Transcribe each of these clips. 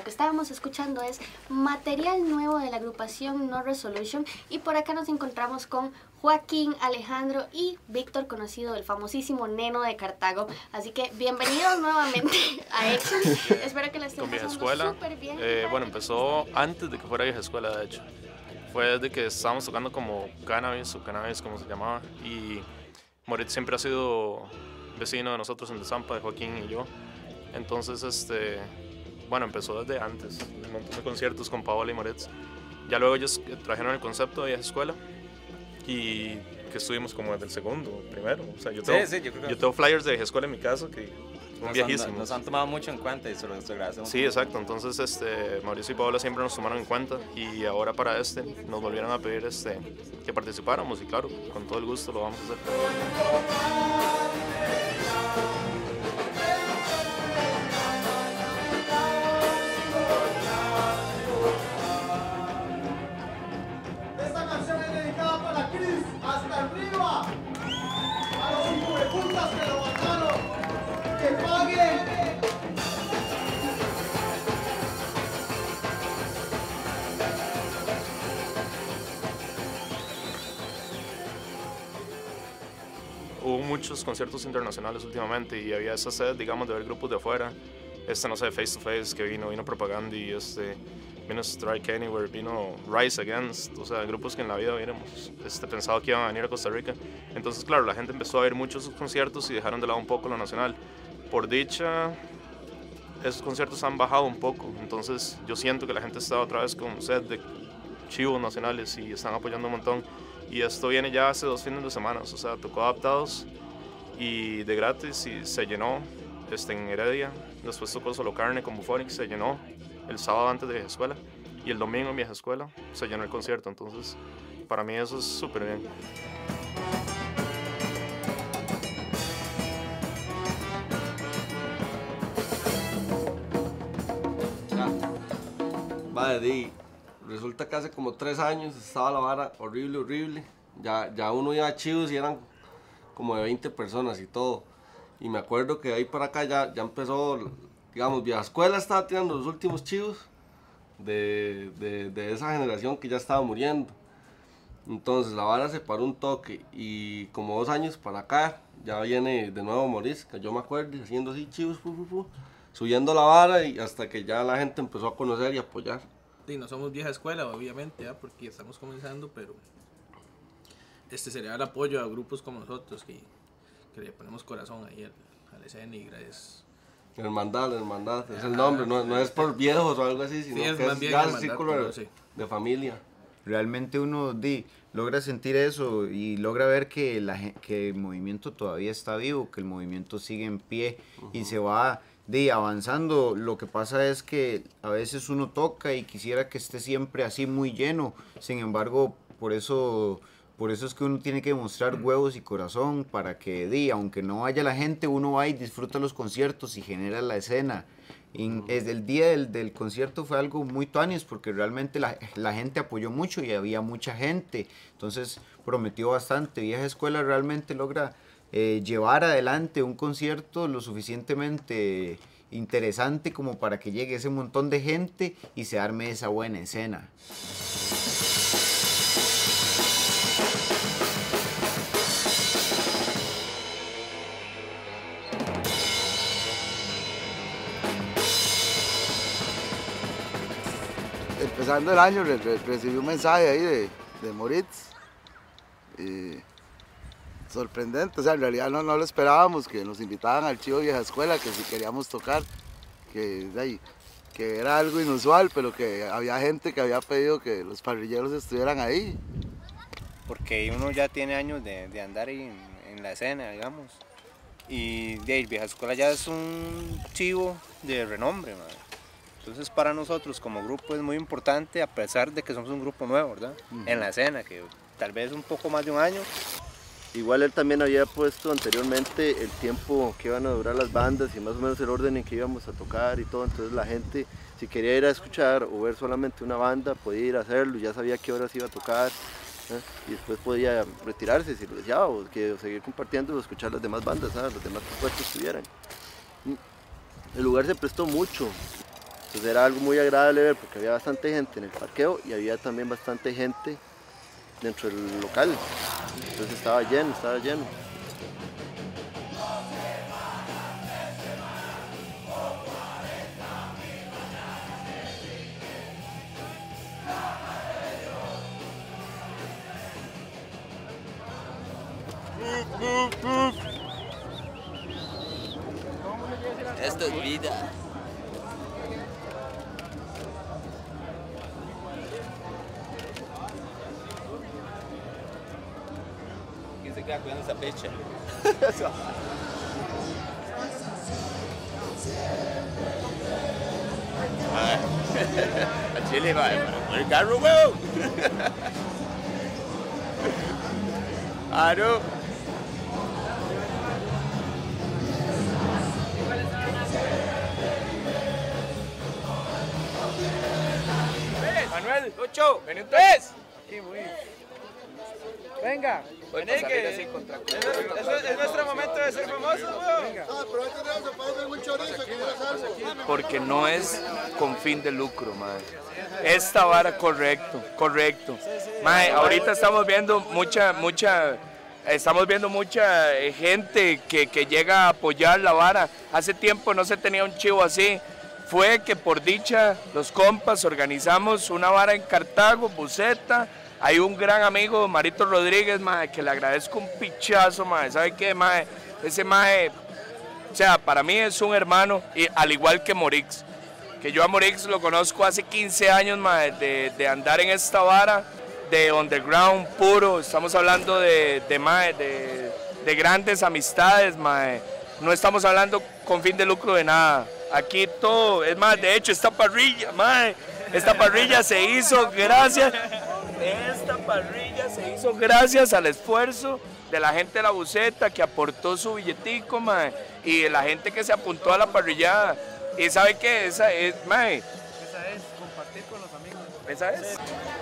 que estábamos escuchando es material nuevo de la agrupación No Resolution y por acá nos encontramos con Joaquín, Alejandro y Víctor, conocido del famosísimo Neno de Cartago. Así que bienvenidos nuevamente a Exxon. Espero que la estén pasando súper bien. Bueno, empezó antes de que fuera Vieja Escuela, de hecho. Fue desde que estábamos tocando como Cannabis, o Cannabis como se llamaba, y Moritz siempre ha sido vecino de nosotros en Desampa, de Joaquín y yo. Entonces, bueno, empezó desde antes, un montón de conciertos con Paola y Moritz. Ya luego ellos trajeron el concepto de Vieja Escuela y que estuvimos como desde el segundo, primero. O sea, yo tengo flyers de Vieja Escuela en mi casa que son viejísimos. Nos han tomado mucho en cuenta y se lo agradecemos. Sí, exacto. Entonces, Mauricio y Paola siempre nos tomaron en cuenta y ahora para nos volvieron a pedir que participáramos y claro, con todo el gusto lo vamos a hacer. Esta canción es dedicada para Chris, hasta arriba, a los hijos de putas que lo mataron, que paguen. Hubo muchos conciertos internacionales últimamente y había esa sed, digamos, de ver grupos de afuera. No sé, Face to Face que vino Propagandhi, vino Strike Anywhere, vino Rise Against, o sea, grupos que en la vida hubiéramos pensado que iban a venir a Costa Rica. Entonces, claro, la gente empezó a ver muchos sus conciertos y dejaron de lado un poco lo nacional. Por dicha, esos conciertos han bajado un poco, entonces yo siento que la gente está otra vez con sed de chivos nacionales y están apoyando un montón. Y esto viene ya hace 2 fines de semana, o sea, tocó Adaptados y de gratis y se llenó en Heredia. Después tocó Solo Carne con Bufonic, se llenó el sábado antes de Vieja Escuela y el domingo en Vieja Escuela se llenó el concierto. Entonces, para mí eso es súper bien. Vale, resulta que hace como 3 años estaba la vara horrible. Ya uno iba a chivos y eran como de 20 personas y todo. Y me acuerdo que de ahí para acá ya empezó, digamos, Vieja Escuela estaba tirando los últimos chivos de esa generación que ya estaba muriendo. Entonces la vara se paró un toque y como 2 años para acá ya viene de nuevo Moritz, que yo me acuerdo, haciendo así chivos, subiendo la vara y hasta que ya la gente empezó a conocer y apoyar. Sí, no somos Vieja Escuela, obviamente, porque estamos comenzando, pero sería el apoyo a grupos como nosotros que le ponemos corazón ahí a la escena y gracias. Hermandad, es el nombre, no es por viejos o algo así, sino sí, que es bien ya hermandad, el círculo sí. de familia. Realmente uno logra sentir eso y logra ver que el movimiento todavía está vivo, que el movimiento sigue en pie y se va avanzando. Lo que pasa es que a veces uno toca y quisiera que esté siempre así muy lleno, sin embargo, por eso es que uno tiene que demostrar huevos y corazón para que, aunque no vaya la gente, uno va y disfruta los conciertos y genera la escena. Desde el día del concierto fue algo muy tuanis porque realmente la gente apoyó mucho y había mucha gente, entonces prometió bastante. Vieja Escuela realmente logra llevar adelante un concierto lo suficientemente interesante como para que llegue ese montón de gente y se arme esa buena escena. Empezando el año recibí un mensaje ahí de Moritz, sorprendente, o sea, en realidad no lo esperábamos, que nos invitaban al Chivo Vieja Escuela, que si queríamos tocar, que era algo inusual, pero que había gente que había pedido que los parrilleros estuvieran ahí. Porque uno ya tiene años de andar ahí en la escena, digamos, y Vieja Escuela ya es un chivo de renombre, madre. Entonces para nosotros como grupo es muy importante, a pesar de que somos un grupo nuevo, ¿verdad? En la escena, que tal vez un poco más de un año. Igual él también había puesto anteriormente el tiempo que iban a durar las bandas y más o menos el orden en que íbamos a tocar y todo, entonces la gente si quería ir a escuchar o ver solamente una banda podía ir a hacerlo, ya sabía qué horas iba a tocar, y después podía retirarse si lo deseaba o seguir compartiendo o escuchar las demás bandas, los demás puestos que estuvieran. El lugar se prestó mucho. Entonces era algo muy agradable ver porque había bastante gente en el parqueo y había también bastante gente dentro del local. Entonces estaba lleno, estaba lleno. Esto es vida. ¿Quién se queda cuidando esa pecha? A Chile va, el carro, weón. Ah, no. Manuel, Lucho, ven entonces. Sí, muy bien. Venga, Vení, vení, que que es nuestro momento de ser famosos, weón. Porque no es con fin de lucro, madre. Esta vara, correcto. Madre, ahorita estamos viendo mucha gente que llega a apoyar la vara. Hace tiempo no se tenía un chivo así. Fue que por dicha los compas organizamos una vara en Cartago, Buceta. Hay un gran amigo, Marito Rodríguez, mae, que le agradezco un pichazo, mae. ¿Sabe qué, mae? Ese mae, o sea, para mí es un hermano, y al igual que Morix. Que yo a Morix lo conozco hace 15 años, mae, de andar en esta vara, de underground puro. Estamos hablando de grandes amistades, mae. No estamos hablando con fin de lucro de nada. Aquí todo, es más, de hecho, esta parrilla, mae, esta parrilla se hizo gracias al esfuerzo de la gente de la Buceta que aportó su billetico, mae, y de la gente que se apuntó a la parrillada. ¿Y sabe qué? Esa es, mae. Esa es compartir con los amigos. Esa es.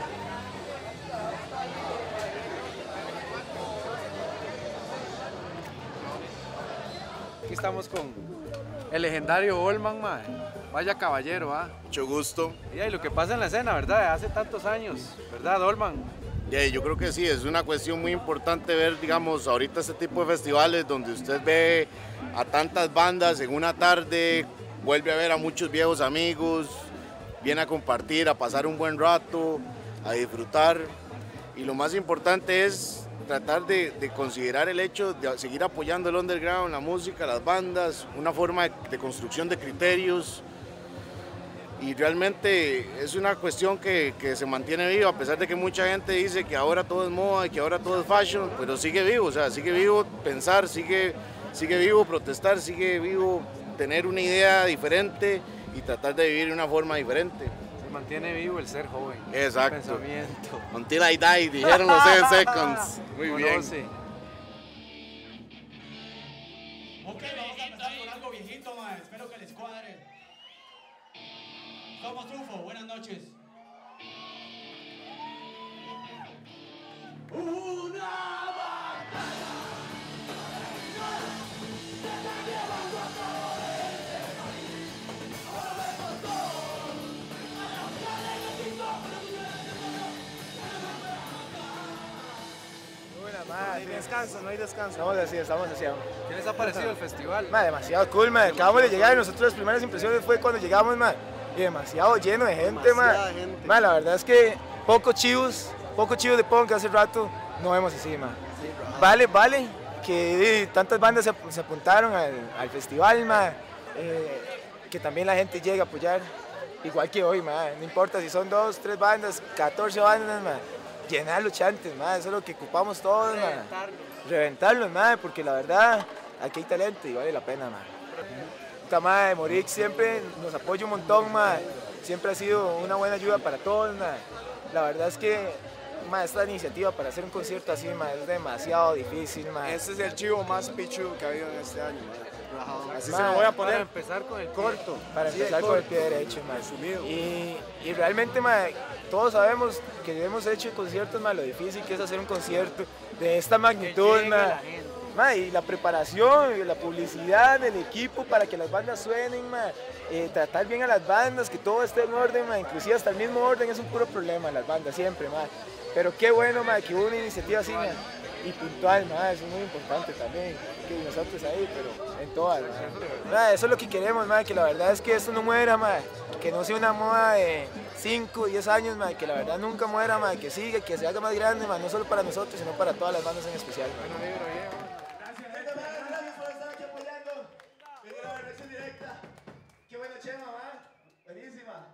Aquí estamos con el legendario Olman, mae. Vaya caballero, ¿ah? Mucho gusto. Y lo que pasa en la escena, ¿verdad? Hace tantos años, ¿verdad, Olman? Yo creo que sí, es una cuestión muy importante ver, digamos, ahorita este tipo de festivales donde usted ve a tantas bandas en una tarde, vuelve a ver a muchos viejos amigos, viene a compartir, a pasar un buen rato, a disfrutar. Y lo más importante es tratar de considerar el hecho de seguir apoyando el underground, la música, las bandas, una forma de construcción de criterios. Y realmente es una cuestión que se mantiene viva, a pesar de que mucha gente dice que ahora todo es moda y que ahora todo es fashion, pero sigue vivo, o sea, sigue vivo pensar, sigue vivo protestar, sigue vivo tener una idea diferente y tratar de vivir de una forma diferente. Se mantiene vivo el ser joven. Exacto. El pensamiento. Until I die, dijeron los 7 seconds. Muy bien. Ok, vamos a empezar con algo viejito, ma. Espero que les cuadre. Somos Trufo, buenas noches. Una batalla. No hay descanso, no hay descanso. Estamos así. ¿Qué les ha parecido el festival? Demasiado cool, man. Acabamos de llegar y nosotros las primeras impresiones fue cuando llegamos, man. Y demasiado lleno de gente, man. La verdad es que pocos chivos de punk que hace rato no vemos así, man. Vale que tantas bandas se apuntaron al festival, man. Que también la gente llega a apoyar, igual que hoy, man. No importa si son 2, 3 bandas, 14 bandas, man. Llenar los chantes, man. Eso es lo que ocupamos todos, man. Reventarlos, man, porque la verdad aquí hay talento y vale la pena, man. Madre, Morix siempre nos apoya un montón, man. Siempre ha sido una buena ayuda para todos, man. La verdad es que esta iniciativa para hacer un concierto así, man, es demasiado difícil, man. Este es el chivo más pichu que ha habido en este año, man. Así man, se lo voy a poner. Para empezar con el corto. Para empezar con el pie derecho, man. Y realmente, man, todos sabemos que hemos hecho conciertos, man, lo difícil que es hacer un concierto de esta magnitud, man. Ma, y la preparación, y la publicidad del equipo para que las bandas suenen, ma, tratar bien a las bandas, que todo esté en orden, ma, inclusive hasta el mismo orden es un puro problema las bandas siempre, ma. Pero qué bueno, ma, que hubo una iniciativa así, ma, y puntual, ma, eso es muy importante también, que nosotros ahí, pero en todas, ma. Eso es lo que queremos, ma, que la verdad es que esto no muera, ma, que no sea una moda de 5, 10 años, ma, que la verdad nunca muera, ma, que siga, que se haga más grande, ma, no solo para nosotros, sino para todas las bandas en especial, ma. Qué buena chema, ¿va? Buenísima.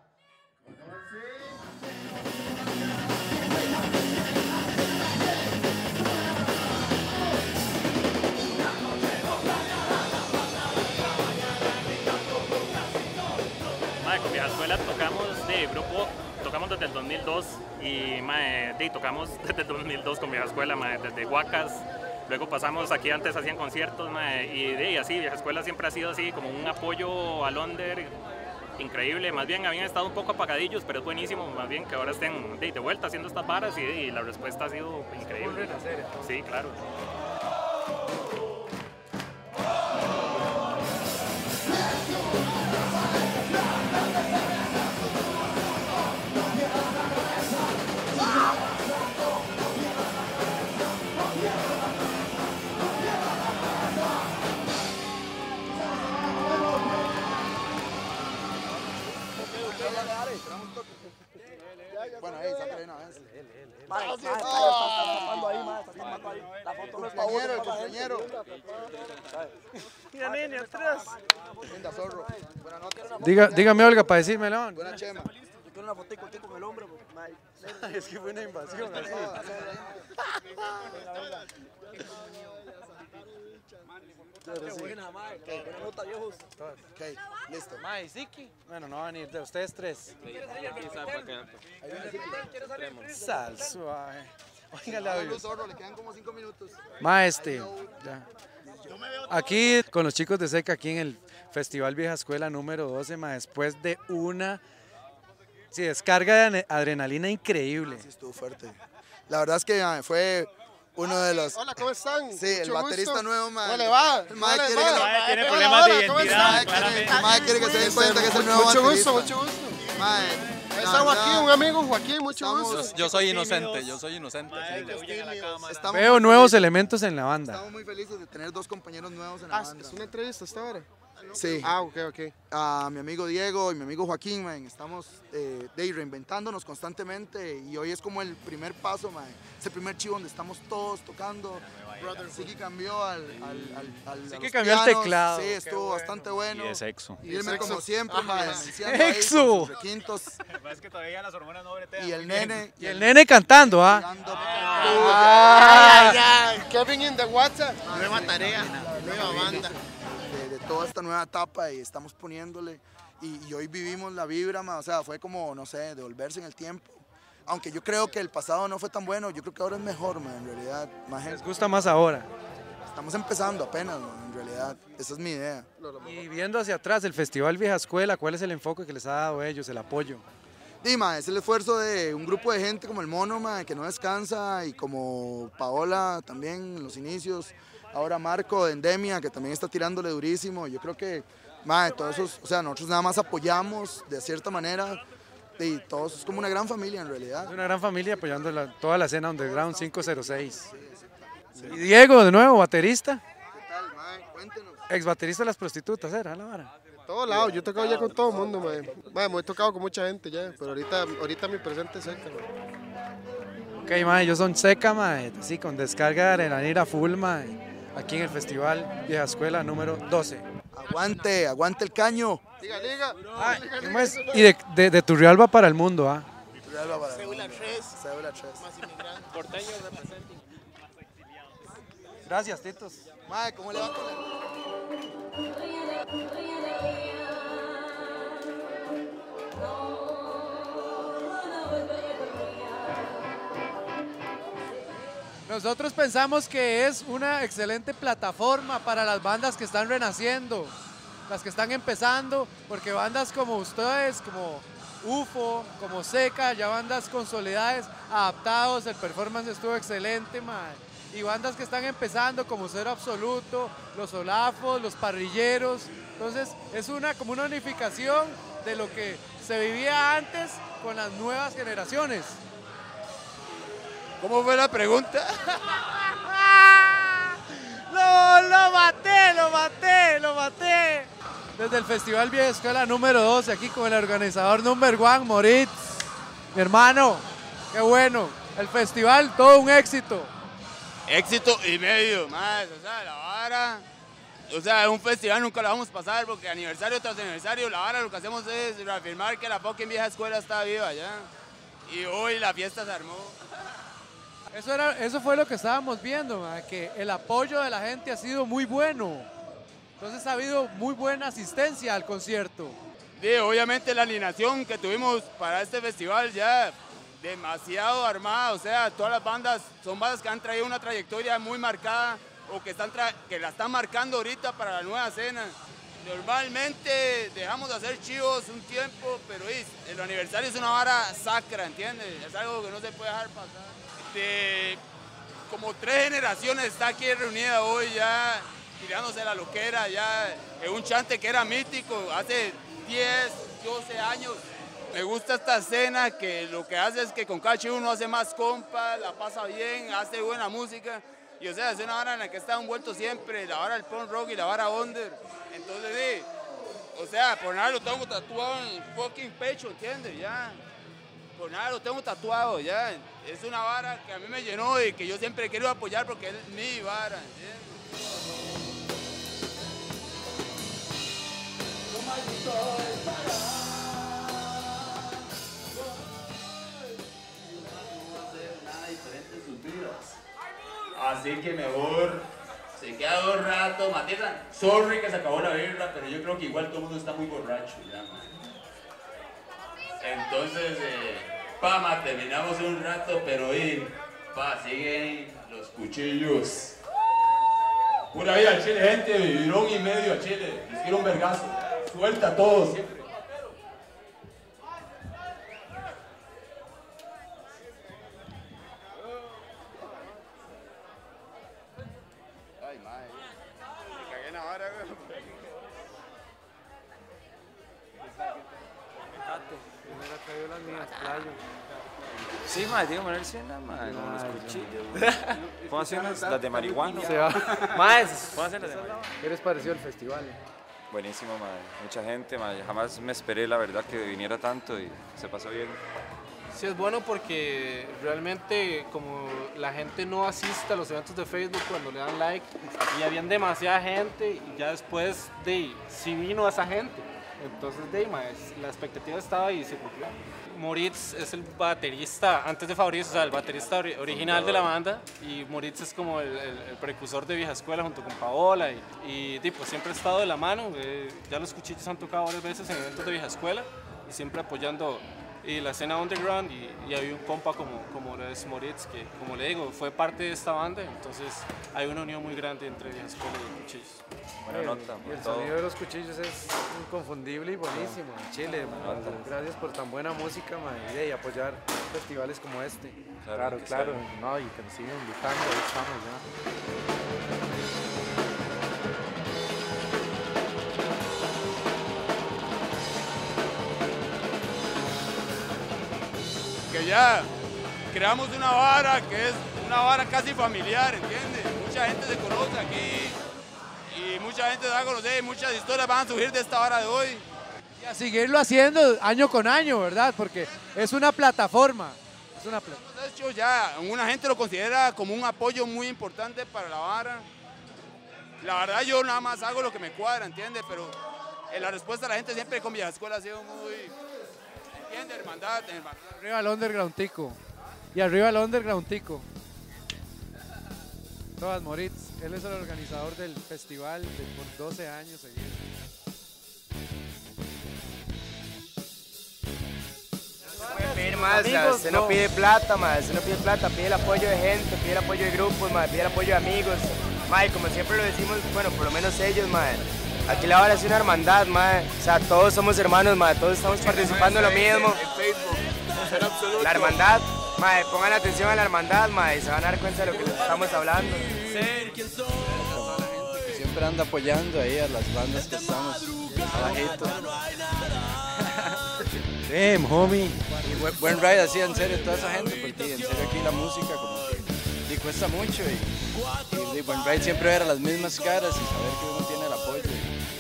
Con Vieja Escuela tocamos de grupo, tocamos desde el 2002 y tocamos desde el 2002 con Vieja Escuela, desde Huacas. Luego pasamos aquí, antes hacían conciertos, y así, Vieja Escuela siempre ha sido así, como un apoyo al under increíble. Más bien habían estado un poco apagadillos, pero es buenísimo, más bien que ahora estén de vuelta haciendo estas varas y la respuesta ha sido increíble. Sí, claro. Bueno, ahí, sácale una vez. La foto no es para vos, el compañero. Mira, niño, atrás. Linda, zorro. Buenas noches. Dígame, Olga, para decirme, León. Buena chema. Yo quiero una fotico aquí con el hombre. Es que fue una invasión así. Qué buena, mae. Buena nota, viejos. Ok, listo. Mae, ¿y Siki? Bueno, no van a venir de ustedes tres. Sal suave. Oiga, Le quedan como 5 minutos. Ya. Aquí con los chicos de Seca, aquí en el Festival Vieja Escuela número 12, después de una descarga de adrenalina increíble. Sí, estuvo fuerte. La verdad es que fue uno de los... Hola, ¿cómo están? Sí, el baterista nuevo, mae. ¿Cómo le va? El mae quiere que tiene problemas de identidad, el mae quiere que se den cuenta que es el nuevo baterista. Mucho gusto. Mae, Está Joaquín, un amigo, Joaquín, mucho gusto. Yo soy inocente. Veo nuevos elementos en la banda. Estamos muy felices de tener 2 compañeros nuevos en la banda. ¿Es una entrevista hasta ahora? Sí. Ok. A mi amigo Diego y mi amigo Joaquín, man, estamos reinventándonos constantemente y hoy es como el primer paso, man. Es el primer chivo donde estamos todos tocando. Siki cambió al Siki cambió el teclado. Sí, estuvo bastante bueno. Y de sexo. Y él como siempre, man, ¡Sexo! Requintos. Es que todavía las hormonas no bretean. Y el nene. Y el nene cantando, Kevin in the WhatsApp. Nueva tarea, nueva banda. De toda esta nueva etapa y estamos poniéndole y hoy vivimos la vibra, o sea, fue como, no sé, devolverse en el tiempo. Aunque yo creo que el pasado no fue tan bueno, yo creo que ahora es mejor, en realidad. ¿Les gusta más ahora? Estamos empezando apenas, en realidad, esa es mi idea. Y viendo hacia atrás, el Festival Vieja Escuela, ¿cuál es el enfoque que les ha dado ellos, el apoyo? Dima, es el esfuerzo de un grupo de gente como el Mono, que no descansa, y como Paola también en los inicios, ahora Marco de Endemia, que también está tirándole durísimo. Yo creo que, todos esos, o sea, nosotros nada más apoyamos de cierta manera y todos es como una gran familia en realidad. Es una gran familia apoyando toda la escena Underground 506. Sí. Y Diego, de nuevo, baterista. ¿Qué tal, mae? Cuéntenos. Ex baterista de las prostitutas, ¿era la vara? De todos lados, yo he tocado ya con todo el mundo, me he tocado con mucha gente ya, pero ahorita mi presente es Seca. Ok, ellos son Seca, así con descarga de adrenalina full, aquí en el Festival Vieja Escuela número 12. Aguante el caño. Liga. Y de Turrialba para el mundo, Turrialba para el mundo. Cédula 3. Porteño representa. Gracias, Titos. ¿Cómo le va con él? Nosotros pensamos que es una excelente plataforma para las bandas que están renaciendo, las que están empezando, porque bandas como ustedes, como UFO, como Seca, ya bandas consolidadas, adaptados, el performance estuvo excelente, y bandas que están empezando como Cero Absoluto, Los Olafos, Los Parrilleros. Entonces es como una unificación de lo que se vivía antes con las nuevas generaciones. ¿Cómo fue la pregunta? Lo maté. Desde el Festival Vieja Escuela número 12, aquí con el organizador number 1, Moritz. Mi hermano, qué bueno. El festival, todo un éxito. Éxito y medio, más, o sea, la vara, o sea, un festival nunca lo vamos a pasar porque aniversario tras aniversario, la vara lo que hacemos es reafirmar que la fucking Vieja Escuela está viva ya. Y hoy la fiesta se armó. Eso fue lo que estábamos viendo, que el apoyo de la gente ha sido muy bueno. Entonces ha habido muy buena asistencia al concierto. Sí, obviamente la alineación que tuvimos para este festival ya demasiado armada, o sea, todas las bandas son bandas que han traído una trayectoria muy marcada o que la están marcando ahorita para la nueva escena. Normalmente dejamos de hacer chivos un tiempo, pero el aniversario es una vara sacra, ¿entiendes? Es algo que no se puede dejar pasar. Como 3 generaciones está aquí reunida hoy ya, tirándose la loquera, ya en un chante que era mítico hace 10, 12 años. Me gusta esta escena que lo que hace es que con cada chivo uno hace más compas, la pasa bien, hace buena música. Y o sea, es una vara en la que está envuelto siempre, la vara del punk rock y la vara under. Entonces, o sea, por nada lo tengo tatuado en el fucking pecho, ¿entiendes? Ya. Por nada lo tengo tatuado, ya. Es una vara que a mí me llenó y que yo siempre he querido apoyar porque es mi vara, ¿entiendes? Así que mejor se queda 2 ratos, Matilda. Sorry que se acabó la birra, pero yo creo que igual todo el mundo está muy borracho ya, man. Entonces, terminamos un rato, pero siguen los cuchillos. Pura vida al chile, gente, vidrón y medio al chile. Les quiero un vergazo. Suelta todo siempre. Sí, madre, tiene que ponerse una, madre, como los cuchillos. ¿Cómo hacen las de marihuana? Más. ¿Cómo hacen las de marihuana? ¿Qué les pareció el festival? Buenísimo, madre. Mucha gente, madre. Jamás me esperé, la verdad, que viniera tanto y se pasó bien. Sí, es bueno porque realmente como la gente no asiste a los eventos de Facebook cuando le dan like y habían demasiada gente y ya después sí vino esa gente. Entonces la expectativa estaba y se cumplió. Moritz es el baterista, antes de Fabricio, o sea, el baterista original de la banda, y Moritz es como el precursor de Vieja Escuela junto con Paola y pues siempre ha estado de la mano. Ya los cuchillos han tocado varias veces en eventos de Vieja Escuela y siempre apoyando la escena underground y hay un compa como lo es Moritz que, como le digo, fue parte de esta banda, entonces hay una unión muy grande entre Vieja Escuela y Cuchillos. Buena nota. Y el sonido de los cuchillos es inconfundible y buenísimo. En Chile, gracias por tan buena música, y apoyar festivales como este. Claro, no, y que nos siguen invitando, ahí estamos ya. Que ya creamos una vara que es una vara casi familiar, ¿entiendes? Mucha gente se conoce aquí y mucha gente se va a conocer y muchas historias van a surgir de esta vara de hoy. Y a seguirlo haciendo año con año, ¿verdad? Porque es una plataforma. De hecho, ya una gente lo considera como un apoyo muy importante para la vara. La verdad, yo nada más hago lo que me cuadra, ¿entiendes? Pero la respuesta de la gente siempre con Vieja Escuela ha sido muy... ¿Entiendes? Hermandad. Arriba el underground tico. Y arriba el underground tico. Todas Moritz. Él es el organizador del festival por 12 años seguidos. Pedir más, usted no pide plata, pide el apoyo de gente, pide el apoyo de grupos, pide el apoyo de amigos. Y como siempre lo decimos, bueno, por lo menos ellos, aquí la vara es una hermandad, o sea, todos somos hermanos, todos estamos participando en lo mismo. La hermandad Mae, pongan atención a la hermandad, mae, y se van a dar cuenta de lo que les estamos hablando. Siempre anda apoyando ahí a las bandas que estamos abajito. Damn, homie. Y buen ride así, en serio, toda esa gente, porque en serio aquí la música como que cuesta mucho y buen ride siempre ver a las mismas caras y saber que uno tiene el apoyo.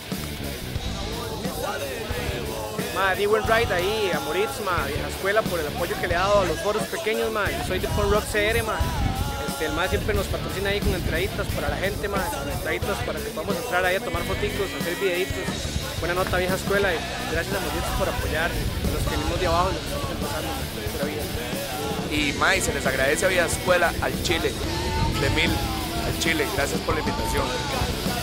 Ma, di buen ride ahí a Moritz, ma, vieja escuela, por el apoyo que le ha dado a los foros pequeños, ma. Yo soy de Punk Rock CR, ma. El ma siempre nos patrocina ahí con entraditas para la gente, ma, con entraditas para que podamos entrar ahí a tomar fotitos, hacer videitos. Buena nota, vieja escuela, y gracias a Moritz por apoyar a los que venimos de abajo y los que estamos empezando nuestra vida. Y May, se les agradece a Vieja Escuela, al Chile, de 1000, al Chile. Gracias por la invitación.